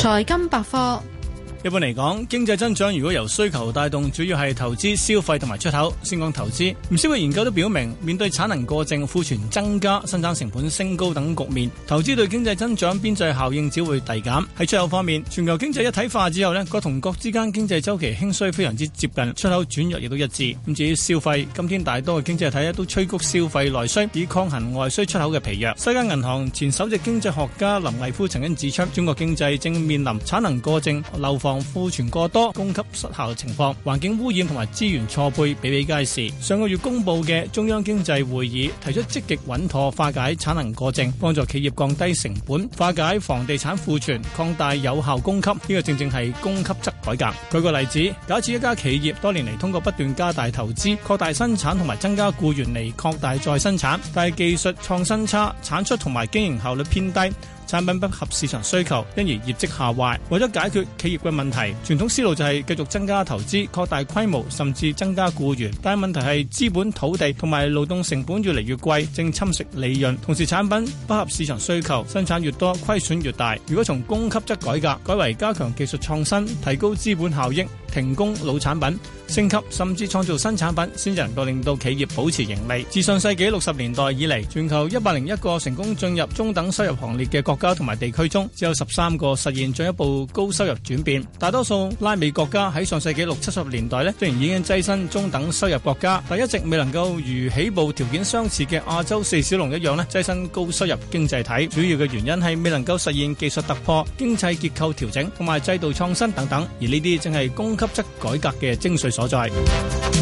財金百科。 一般嚟講，經濟增長如果由需求帶動，主要係投資、消費同埋出口。先講投資，唔少嘅研究都表明，面對產能過剩、庫存增加、生產成本升高等局面，投資對經濟增長邊際效應只會遞減。喺出口方面，全球經濟一體化之後，國同國之間經濟週期興衰非常之接近，出口轉弱亦都一致。咁至於消費，今天大多嘅經濟體都催谷消費內需，以抗衡外需出口嘅疲弱。世界銀行前首席經濟學家林毅夫曾經指出，中國經濟正面臨產能過剩、樓房庫存過多、供給失效嘅情況，環境污染同埋資源錯配比比皆是。上個月公布嘅中央經濟會議提出積極穩妥化解產能過剩，幫助企業降低成本，化解房地產庫存，擴大有效供給。呢個正正係供給側改革。舉個例子，假設一家企業多年嚟通過不斷加大投資、擴大生產同埋增加僱員嚟擴大再生產，但係技術創新差、產出同埋經營效率偏低，產品不合市場需求，因而業績下滑。為咗解決企業嘅問題，傳統思路就係繼續增加投資、擴大規模，甚至增加僱員。但係問題係資本、土地同埋勞動成本越嚟越貴，正侵蝕利潤。同時產品不合市場需求，生產越多，虧損越大。如果從供給側改革，改為加強技術創新，提高資本效益，停工老產品，升級甚至創造新產品，先至能夠令到企業保持盈利。自上世紀60年代以嚟，全球101個成功進入中等收入行列嘅國家同埋地區中，只有13個實現進一步高收入轉變。大多數拉美國家喺上世紀60-70年代雖然已經躋身中等收入國家，但一直未能夠如起步條件相似嘅亞洲四小龍一樣躋身高收入經濟體。主要嘅原因係未能夠實現技術突破、經濟結構調整同埋制度創新等等，而呢啲正係供給側改革嘅精髓所在。